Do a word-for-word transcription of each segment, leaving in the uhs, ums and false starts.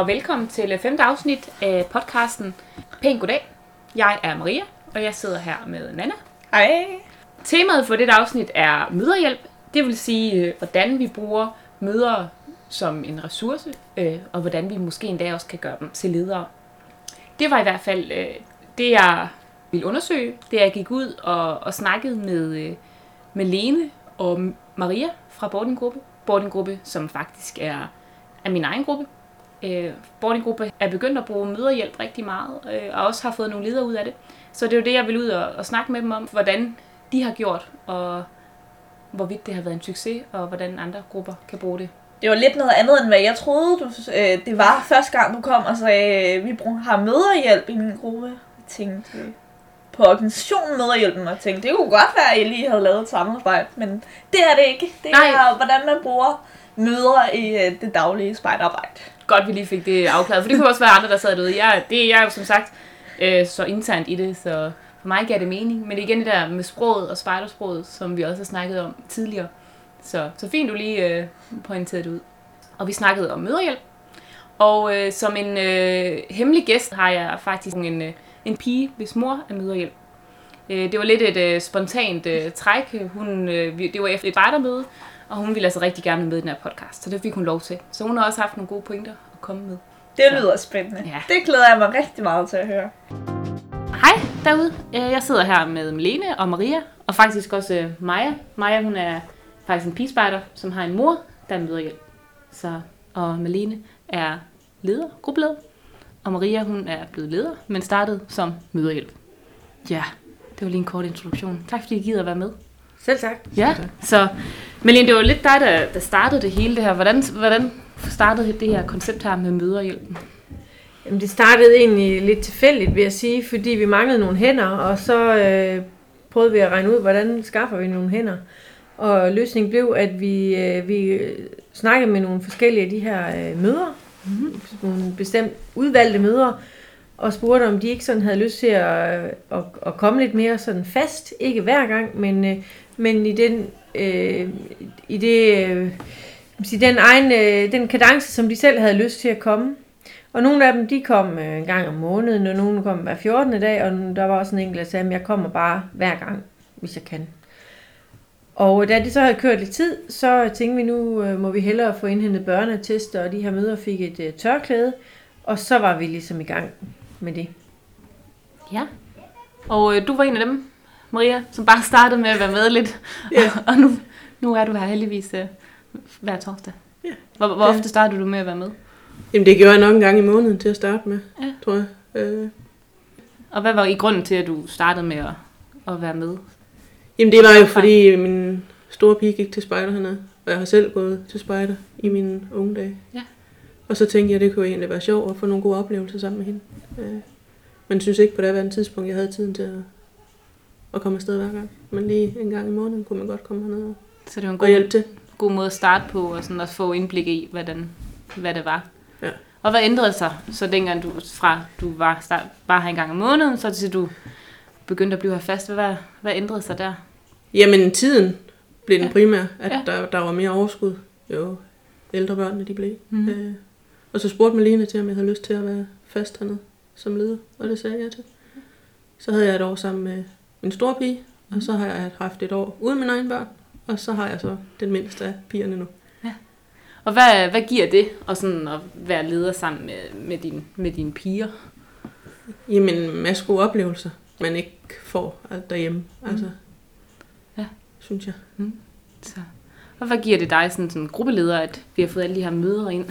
og velkommen til femte afsnit af podcasten Pæn Goddag. Jeg er Maria, og jeg sidder her med Nana. Hej. Temaet for dette afsnit er mødrehjælp. Det vil sige, hvordan vi bruger mødre som en ressource, og hvordan vi måske endda også kan gøre dem til ledere. Det var i hvert fald det, jeg ville undersøge, det jeg gik ud og, og snakkede med, med Lene og Maria fra Boardinggruppe. Boardinggruppe, som faktisk er, er min egen gruppe. Øh, Boardinggruppe er begyndt at bruge mødrehjælp rigtig meget, øh, og også har fået nogle ledere ud af det. Så det er jo det, jeg vil ud og, og snakke med dem om, hvordan de har gjort, og hvorvidt det har været en succes, og hvordan andre grupper kan bruge det. Det var lidt noget andet, end hvad jeg troede, du, øh, det var første gang, du kom og sagde, vi har mødrehjælp i min gruppe. Jeg tænkte på organisationen Mødrehjælpen, og tænkte, det kunne godt være, at I lige havde lavet et samarbejde, men det er det ikke. Det Nej. er, hvordan man bruger mødre i øh, det daglige spejderarbejde. Godt, vi lige fik det afklaret, for det kunne også være andre, der sad derude. Jeg, det jeg er jo som sagt øh, så internt i det, så for mig giver det mening. Men det er igen det der med sproget og spejdersproget, som vi også har snakket om tidligere. Så, så fint, du lige øh, pointerede det ud. Og vi snakkede om mødrehjælp. Og øh, som en øh, hemmelig gæst har jeg faktisk en, øh, en pige, hvis mor er mødrehjælp. Øh, det var lidt et øh, spontant øh, træk. Hun, øh, det var efter et spejdermøde, og hun ville altså rigtig gerne med i den her podcast. Så det fik hun lov til. Så hun har også haft nogle gode pointer at komme med. Det så. lyder spændende. Ja. Det glæder jeg mig rigtig meget til at høre. Hej derude. Jeg sidder her med Lene og Maria, og faktisk også Maja. Maja, hun er faktisk en pigespejder, som har en mor, der er mødrehjælp. Så, og Malene er leder, gruppeleder, og Maria, hun er blevet leder, men startede som mødrehjælp. Ja, det var lige en kort introduktion. Tak fordi I gider at være med. Selv tak. Ja, så Malene, det var lidt dig, der, der startede det hele det her. Hvordan, hvordan startede det her koncept her med mødrehjælpen? Jamen, det startede egentlig lidt tilfældigt, vil jeg sige, fordi vi manglede nogle hænder, og så øh, prøvede vi at regne ud, hvordan skaffer vi nogle hænder. Og løsningen blev, at vi, øh, vi snakkede med nogle forskellige af de her øh, mødre, mm-hmm. nogle bestemt udvalgte mødre, og spurgte, om de ikke sådan havde lyst til at, at, at komme lidt mere sådan fast, ikke hver gang, men, øh, men i den, øh, i det, øh, den egen, øh, den kadence, som de selv havde lyst til at komme. Og nogle af dem, de kom en gang om måneden, og nogle kom hver fjortende dag, og der var også en enkelt, der sagde, at jeg kommer bare hver gang, hvis jeg kan. Og da det så havde kørt lidt tid, så tænkte vi, nu må vi hellere få indhentet børneattester, og de her mødre fik et uh, tørklæde, og så var vi ligesom i gang med det. Ja, og øh, du var en af dem, Maria, som bare startede med at være med lidt, ja. og, og nu, nu er du her heldigvis uh, hver torsdag. Ja. Hvor, hvor ofte startede du med at være med? Jamen det gjorde jeg nok en gang i måneden til at starte med, ja. tror jeg. Øh. Og hvad var i grunden til, at du startede med at, at være med? Jamen det var jo fordi min store pige gik til spejder hernede, og jeg har selv gået til spejder i mine unge dage. Ja. Og så tænkte jeg, at det kunne egentlig være sjovt at få nogle gode oplevelser sammen med hende. Øh. Men synes ikke på det her tidspunkt, jeg havde tiden til at, at komme afsted hver gang. Men lige en gang i måneden kunne man godt komme hernede så det var en god, og hjælpe til. God måde at starte på, og sådan at få indblik i, hvordan, hvad det var. Ja. Og hvad ændrede sig så dengang du fra du var start, bare her en gang om måneden, så til du begyndte at blive her fast? Hvad, hvad ændrede sig der? Jamen tiden blev den ja. primære, at ja. der, der var mere overskud, jo ældre børnene de blev. Mm. Øh, og så spurgte Malene til, om jeg havde lyst til at være fast hernede som leder, og det sagde jeg til. Så havde jeg et år sammen med min store pige, mm. og så har jeg haft et år uden mine egne børn, og så har jeg så den mindste af pigerne nu. Og hvad, hvad giver det at, sådan at være leder sammen med, med, din, med dine piger? Jamen en masse gode oplevelser, man ikke får derhjemme, mm. altså, ja. synes jeg. Mm. Så. Og hvad giver det dig sådan, som gruppeleder, at vi har fået alle de her møder ind?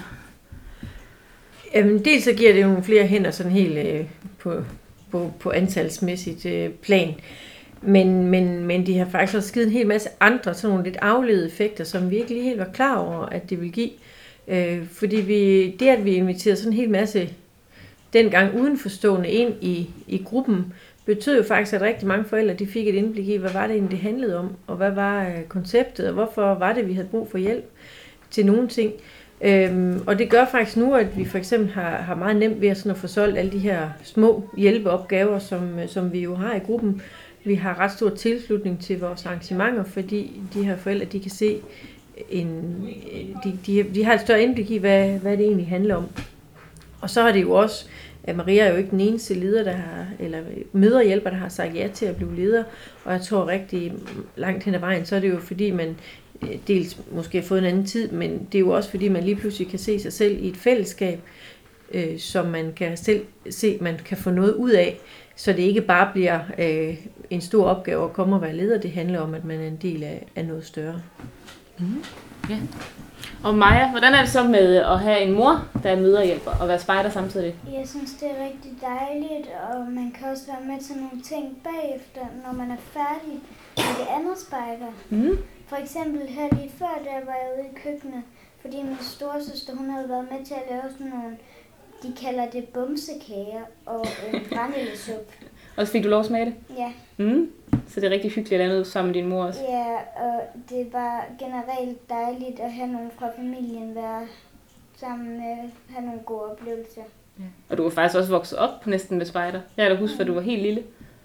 Jamen dels så giver det jo nogle flere hænder sådan helt øh, på, på, på antalsmæssigt øh, plan. Men, men, men de har faktisk også givet en hel masse andre, sådan nogle lidt afledede effekter, som vi ikke lige helt var klar over, at det vil give. Øh, fordi vi, det, at vi inviterede sådan en hel masse dengang udenforstående ind i, i gruppen, betød jo faktisk, at rigtig mange forældre de fik et indblik i, hvad var det egentlig, det handlede om, og hvad var øh, konceptet, og hvorfor var det, vi havde brug for hjælp til nogle ting. Øhm, og det gør faktisk nu, at vi for eksempel har, har meget nemt ved at, sådan at få solgt alle de her små hjælpeopgaver, som, som vi jo har i gruppen. Vi har ret stor tilslutning til vores arrangementer, fordi de her forældre, de kan se en, de, de, de har et større indblik i, hvad, hvad det egentlig handler om. Og så har det jo også, at Maria er jo ikke den eneste leder, der har, eller møderhjælper, der har sagt ja til at blive leder. Og jeg tror rigtig langt hen ad vejen, så er det jo fordi, man dels måske har fået en anden tid, men det er jo også fordi, man lige pludselig kan se sig selv i et fællesskab, øh, som man kan selv se, man kan få noget ud af. Så det ikke bare bliver øh, en stor opgave at komme og være leder. Det handler om, at man er en del af, af noget større. Mm. Ja. Og Maja, hvordan er det så med at have en mor, der er møderhjælper, og være spejder samtidig? Jeg synes, det er rigtig dejligt, og man kan også være med til nogle ting bagefter, når man er færdig med det andet spejder. Mm. For eksempel her lige før, der var jeg ude i køkkenet, fordi min storesøster, hun havde været med til at lave sådan nogle, de kalder det bumsekager og en brændenældesuppe. Og så fik du lov at smage det? Ja. Mm. Så det er rigtig hyggeligt at lave noget sammen med din mor også? Ja, og det var generelt dejligt at have nogen fra familien være sammen med, have nogle gode oplevelser. Ja. Og du var faktisk også vokset op næsten med spejder. Jeg kan da huske, at du var helt lille.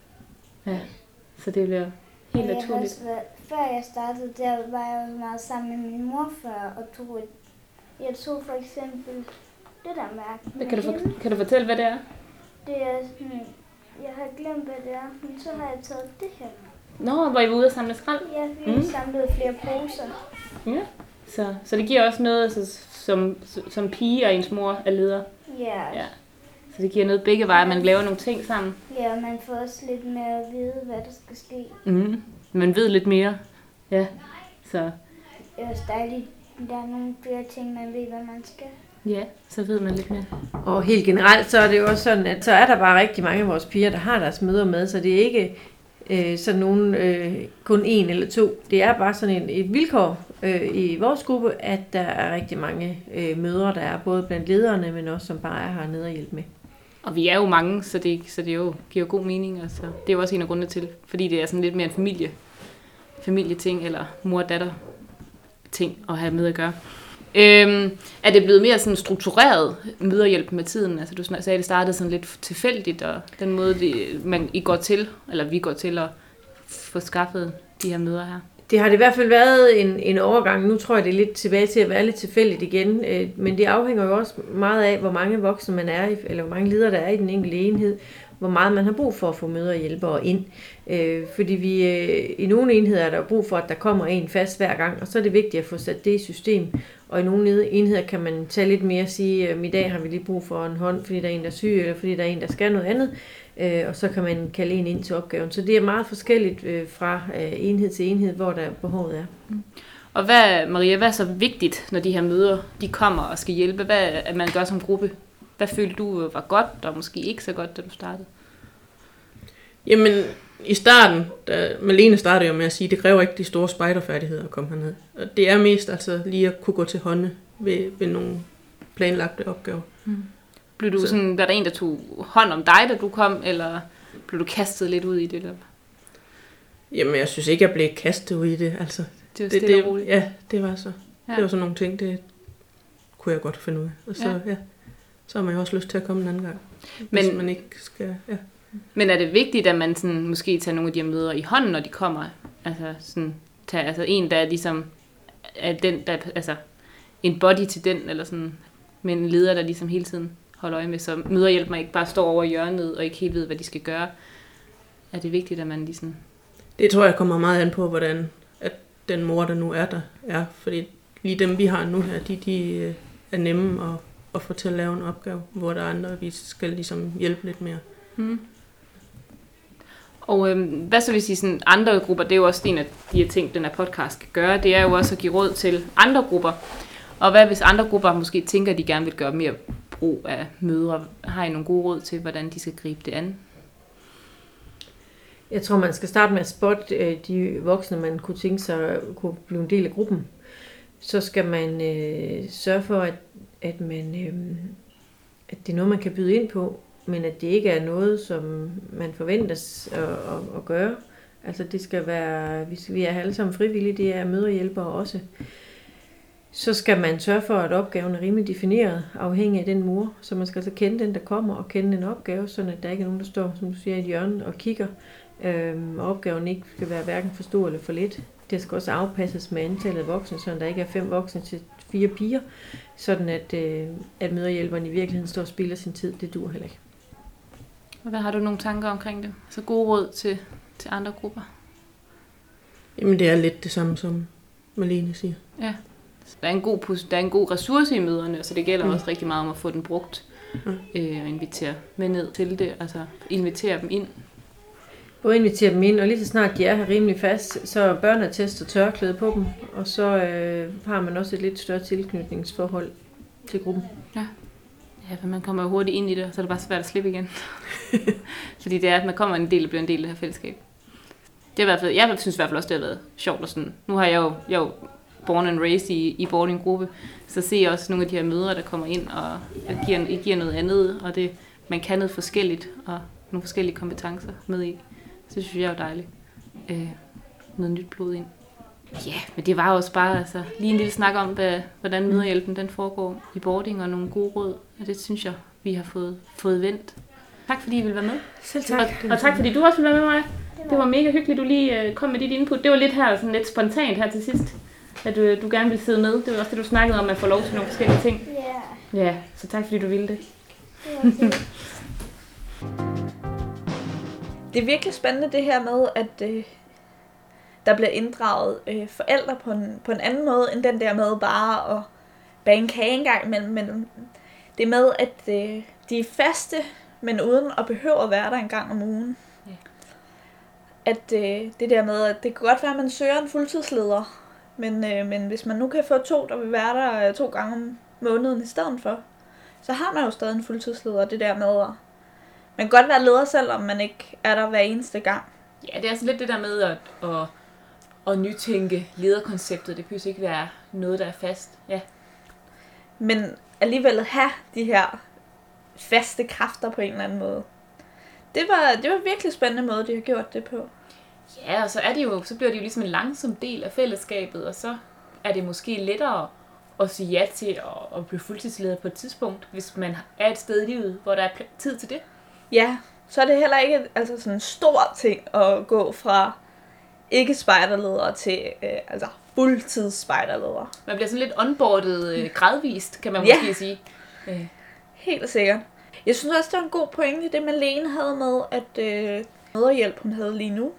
Ja. Så det bliver helt jeg naturligt. Også været, før jeg startede, der var jeg jo meget sammen med min mor før, og tog et, jeg tog for eksempel det der mærke med Kan du, for, hende. kan du fortælle, hvad det er? Det er sådan, jeg har glemt, hvad det er, men så har jeg taget det her. Nå, hvor I var ude og samle skrald? Ja, vi har Mm. samlet flere poser. Ja. Så, så det giver også noget, så, som, som pige og ens mor er leder. Ja. Ja. Så det giver noget begge veje, man laver nogle ting sammen. Ja, og man får også lidt mere at vide, hvad der skal ske. Mm. Man ved lidt mere. Ja. Så Det er også dejligt, der er nogle flere ting, man ved, hvad man skal. ja, så ved man lidt mere. Og helt generelt, så er det jo også sådan, at så er der bare rigtig mange af vores piger, der har deres møder med, så det er ikke øh, sådan nogen, øh, kun en eller to. Det er bare sådan en, et vilkår øh, i vores gruppe, at der er rigtig mange øh, mødre, der er både blandt lederne, men også som bare er hernede og hjælpe med. Og vi er jo mange, så det, så det jo giver god mening. Altså. Det er jo også en af grundene til, fordi det er sådan lidt mere en familie, familieting eller mor-datter ting at have med at gøre. Øhm, er det blevet mere sådan struktureret møderhjælp med tiden? Altså du sagde, at det startede sådan lidt tilfældigt, og den måde, det, man, I går til, eller vi går til at få skaffet de her møder her. Det har det i hvert fald været en, en overgang. Nu tror jeg, det er lidt tilbage til at være lidt tilfældigt igen. Øh, men det afhænger jo også meget af, hvor mange voksne man er i, eller hvor mange ledere der er i den enkelte enhed. Hvor meget man har brug for at få møderhjælpere ind. Øh, fordi vi øh, i nogle enheder er der brug for, at der kommer en fast hver gang, og så er det vigtigt at få sat det i system. Og i nogle enheder kan man tage lidt mere og sige, at i dag har vi lige brug for en hånd, fordi der er en, der er syg, eller fordi der er en, der skal noget andet. Øh, og så kan man kalde en ind til opgaven. Så det er meget forskelligt øh, fra øh, enhed til enhed, hvor der behovet er. Mm. Og hvad, Maria, hvad er så vigtigt, når de her møder de kommer og skal hjælpe? Hvad at man gør som gruppe? Hvad følte du var godt, og måske ikke så godt, da du startede? Jamen, i starten, da Malene startede jo med at sige, at det kræver ikke de store spejderfærdigheder at komme herned. Og det er mest altså lige at kunne gå til hånde ved, ved nogle planlagte opgaver. Mm. Blev du sådan, var der en, der tog hånd om dig, da du kom, eller blev du kastet lidt ud i det? Eller? Jamen, jeg synes ikke, jeg blev kastet ud i det. Altså, det var det, stille det, og roligt. Ja, det var så. Ja. Det var sådan nogle ting, det kunne jeg godt finde ud af. Og så, ja. Ja, så har man jo også lyst til at komme en anden gang, men, hvis man ikke skal... Ja. Men er det vigtigt, at man sådan, måske tager nogle af de her møder i hånden, når de kommer? Altså, sådan, tager, altså en, der er ligesom er den, der, altså, en body til den, eller sådan, med en leder, der ligesom hele tiden holder øje med, så møderhjælp ikke bare står over hjørnet, og ikke helt ved, hvad de skal gøre. Er det vigtigt, at man ligesom... Det tror jeg kommer meget an på, hvordan at den mor, der nu er der, er. Fordi lige dem, vi har nu her, de, de er nemme at, at få til at lave en opgave, hvor der er andre, vi skal ligesom hjælpe lidt mere. Hmm. Og øhm, hvad så hvis I sådan andre grupper, det er jo også en af de her ting, den her podcast skal gøre, det er jo også at give råd til andre grupper. Og hvad hvis andre grupper måske tænker, at de gerne vil gøre mere brug af mødre? Har I nogle gode råd til, hvordan de skal gribe det an? Jeg tror, man skal starte med at spotte de voksne, man kunne tænke sig kunne blive en del af gruppen. Så skal man øh, sørge for, at, at, man, øh, at det er noget, man kan byde ind på, men at det ikke er noget, som man forventes at, at, at gøre. Altså det skal være, hvis vi er alle sammen frivillige, det er møderhjælpere også. Så skal man sørge for, at opgaven er rimelig defineret, afhængig af den mor. Så man skal altså kende den, der kommer, og kende den opgave, så der ikke er nogen, der står, som du siger, i et hjørne og kigger. Øhm, og opgaven ikke skal være hverken for stor eller for lidt. Det skal også afpasses med antallet af voksne, så der ikke er fem voksne til fire piger, sådan at, øh, at møderhjælperen i virkeligheden står og spilder sin tid. Det dur heller ikke. Og hvad har du nogle tanker omkring det? Så gode råd til, til andre grupper? Jamen, det er lidt det samme, som Malene siger. Ja. Der er en god, der er en god ressource i møderne, så det gælder mm. også rigtig meget om at få den brugt. Mm. Øh, og invitere med ned til det. Altså invitere dem ind. Både invitere dem ind, og lige så snart de er her rimelig fast, så er børneattest og tørklæde på dem. Og så øh, har man også et lidt større tilknytningsforhold til gruppen. Ja. Ja, for man kommer jo hurtigt ind i det, og så er det bare svært at slippe igen. Fordi det er, at man kommer en del og bliver en del af det her fællesskab. Det er i hvert fald, jeg synes i hvert fald også, det har været sjovt. Og sådan. Nu har jeg jo, jeg er jo born and raised i, i boardinggruppe, så ser jeg også nogle af de her mødre, der kommer ind og giver, giver noget andet, og det, man kan noget forskelligt, og nogle forskellige kompetencer med i. Så det synes jeg er jo dejligt. Øh, noget nyt blod ind. Ja, men det var også bare altså, lige en lille snak om, hvad, hvordan møderhjælpen den foregår i boarding, og nogle gode råd, og det synes jeg, vi har fået, fået vendt. Tak fordi I ville være med. Selv tak. Og, og tak fordi du også ville være med mig. Det var mega hyggeligt, du lige øh, kom med dit input. Det var lidt her, sådan lidt spontant her til sidst, at du, du gerne ville sidde med. Det var også det, du snakkede om, at få lov til nogle forskellige ting. Ja. Ja, så tak fordi du ville det. Det var fedt. Det er virkelig spændende det her med, at øh, der bliver inddraget øh, forældre på en, på en anden måde, end den der med bare at bage en kage en gang imellem. Men det med, at øh, de er faste, men uden at behøve at være der en gang om ugen. Ja. At øh, det der med, at det kan godt være, at man søger en fuldtidsleder, men, øh, men hvis man nu kan få to, der vil være der øh, to gange om måneden i stedet for, så har man jo stadig en fuldtidsleder. Det der med, at man kan godt være leder selv, om man ikke er der hver eneste gang. Ja, det er altså lidt det der med at, at, at nytænke lederkonceptet. Det behøver ikke være noget, der er fast. Ja. Men alligevel have de her faste kræfter på en eller anden måde. Det var, det var en virkelig spændende måde, de har gjort det på. Ja, og så, er det jo, så bliver det jo ligesom en langsom del af fællesskabet, og så er det måske lettere at sige ja til at, at blive fuldtidsleder på et tidspunkt, hvis man er et sted i livet, hvor der er tid til det. Ja, så er det heller ikke altså sådan en stor ting at gå fra ikke spejderleder til øh, altså fuldtids spejderleder. Man bliver sådan lidt onboardet øh, gradvist, kan man Ja. måske sige. Øh. Helt sikkert. Jeg synes også, det var en god pointe, det Malene havde med, at øh, møderhjælp, hun havde lige nu,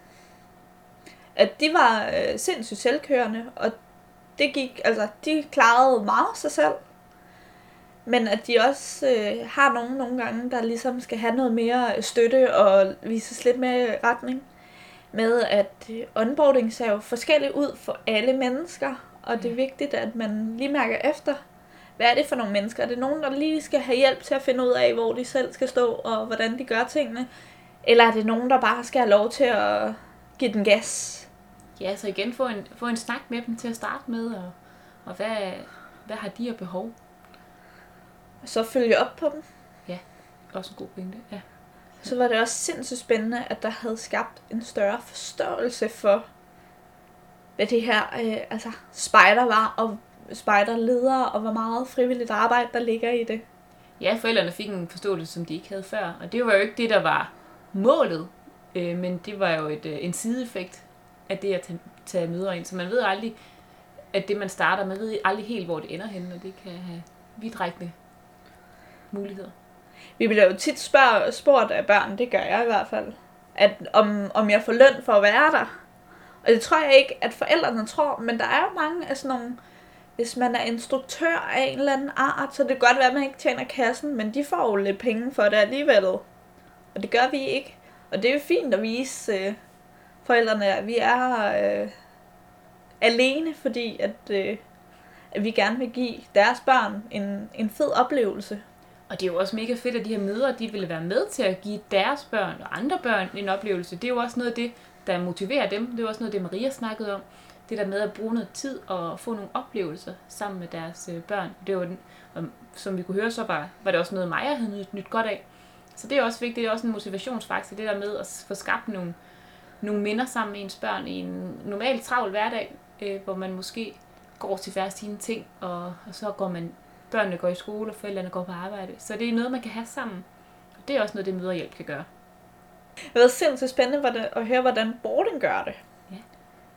at de var øh, sindssygt selvkørende, og det gik, altså, de klarede meget sig selv. Men at de også øh, har nogen nogle gange, der ligesom skal have noget mere støtte og vises lidt mere retning. Med at øh, onboarding ser jo forskelligt ud for alle mennesker, og det er vigtigt, at man lige mærker efter, hvad er det for nogle mennesker? Er det nogen, der lige skal have hjælp til at finde ud af, hvor de selv skal stå, og hvordan de gør tingene? Eller er det nogen, der bare skal have lov til at give den gas? Ja, så igen få en, få en snak med dem til at starte med, og, og hvad, hvad har de af behov? Og så følge op på dem. Også en god pointe, ja. Så var det også sindssygt spændende, at der havde skabt en større forståelse for, hvad det her øh, altså spejder var, og spejderledere, og hvor meget frivilligt arbejde, der ligger i det. Ja, forældrene fik en forståelse, som de ikke havde før, og det var jo ikke det, der var målet, øh, men det var jo et, øh, en sideeffekt af det at tage, tage møder ind, så man ved aldrig, at det man starter, man ved aldrig helt, hvor det ender henne, og det kan have vidtrækkende muligheder. Vi bliver jo tit spørg, spurgt af børn, det gør jeg i hvert fald, at om, om jeg får løn for at være der. Og det tror jeg ikke, at forældrene tror, men der er jo mange af sådan nogle, hvis man er instruktør af en eller anden art, så det kan godt være, at man ikke tjener kassen, men de får jo lidt penge for det alligevel. Og det gør vi ikke. Og det er jo fint at vise øh, forældrene, at vi er øh, alene, fordi at, øh, at vi gerne vil give deres børn en, en fed oplevelse. Og det er jo også mega fedt, at de her mødre, de ville være med til at give deres børn og andre børn en oplevelse. Det er jo også noget af det, der motiverer dem. Det er jo også noget, det Maria snakkede om. Det der med at bruge noget tid og få nogle oplevelser sammen med deres børn. Det var, som vi kunne høre, så var, var det også noget, Maja havde nyt, nyt godt af. Så det er også vigtigt. Det er også en motivationsfaktor, det der med at få skabt nogle, nogle minder sammen med ens børn i en normal travl hverdag, øh, hvor man måske går til hver sine ting, og, og så går man, børnene går i skole, og forældrene går på arbejde. Så det er noget, man kan have sammen. Og det er også noget, det møderhjælp kan gøre. Det var sindssygt spændende at høre, hvordan boarding gør det. Ja.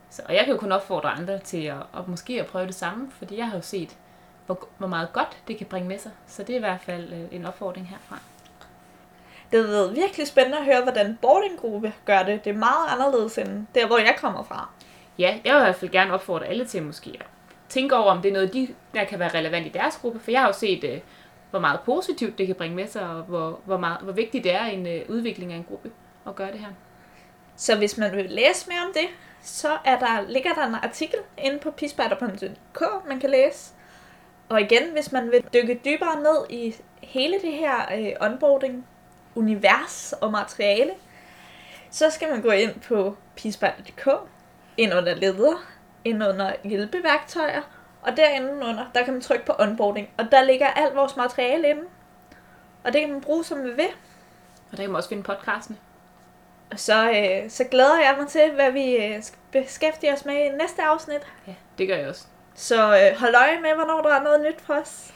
Så, og jeg kan jo kun opfordre andre til at, at måske at prøve det samme, fordi jeg har jo set, hvor, hvor meget godt det kan bringe med sig. Så det er i hvert fald øh, en opfordring herfra. Det har været virkelig spændende at høre, hvordan boardinggruppe gør det. Det er meget anderledes end der, hvor jeg kommer fra. Ja, jeg vil i hvert fald gerne opfordre alle til måske at tænke over, om det er noget, de, der kan være relevant i deres gruppe. For jeg har jo set, øh, hvor meget positivt det kan bringe med sig, og hvor, hvor, meget, hvor vigtigt det er i en øh, udvikling af en gruppe at gøre det her. Så hvis man vil læse mere om det, så er der, ligger der en artikel inde på pispejder punktum d k, man kan læse. Og igen, hvis man vil dykke dybere ned i hele det her øh, onboarding, univers og materiale, så skal man gå ind på pispejder punktum d k, ind under leder, ind under hjælpeværktøjer, og derinde under, der kan man trykke på onboarding, og der ligger alt vores materiale inde. Og det kan man bruge, som man vil. Og der kan man også finde podcastene. Og så, øh, så glæder jeg mig til, hvad vi øh, skal beskæftige os med i næste afsnit. Ja, det gør jeg også. Så øh, hold øje med, hvornår der er noget nyt for os.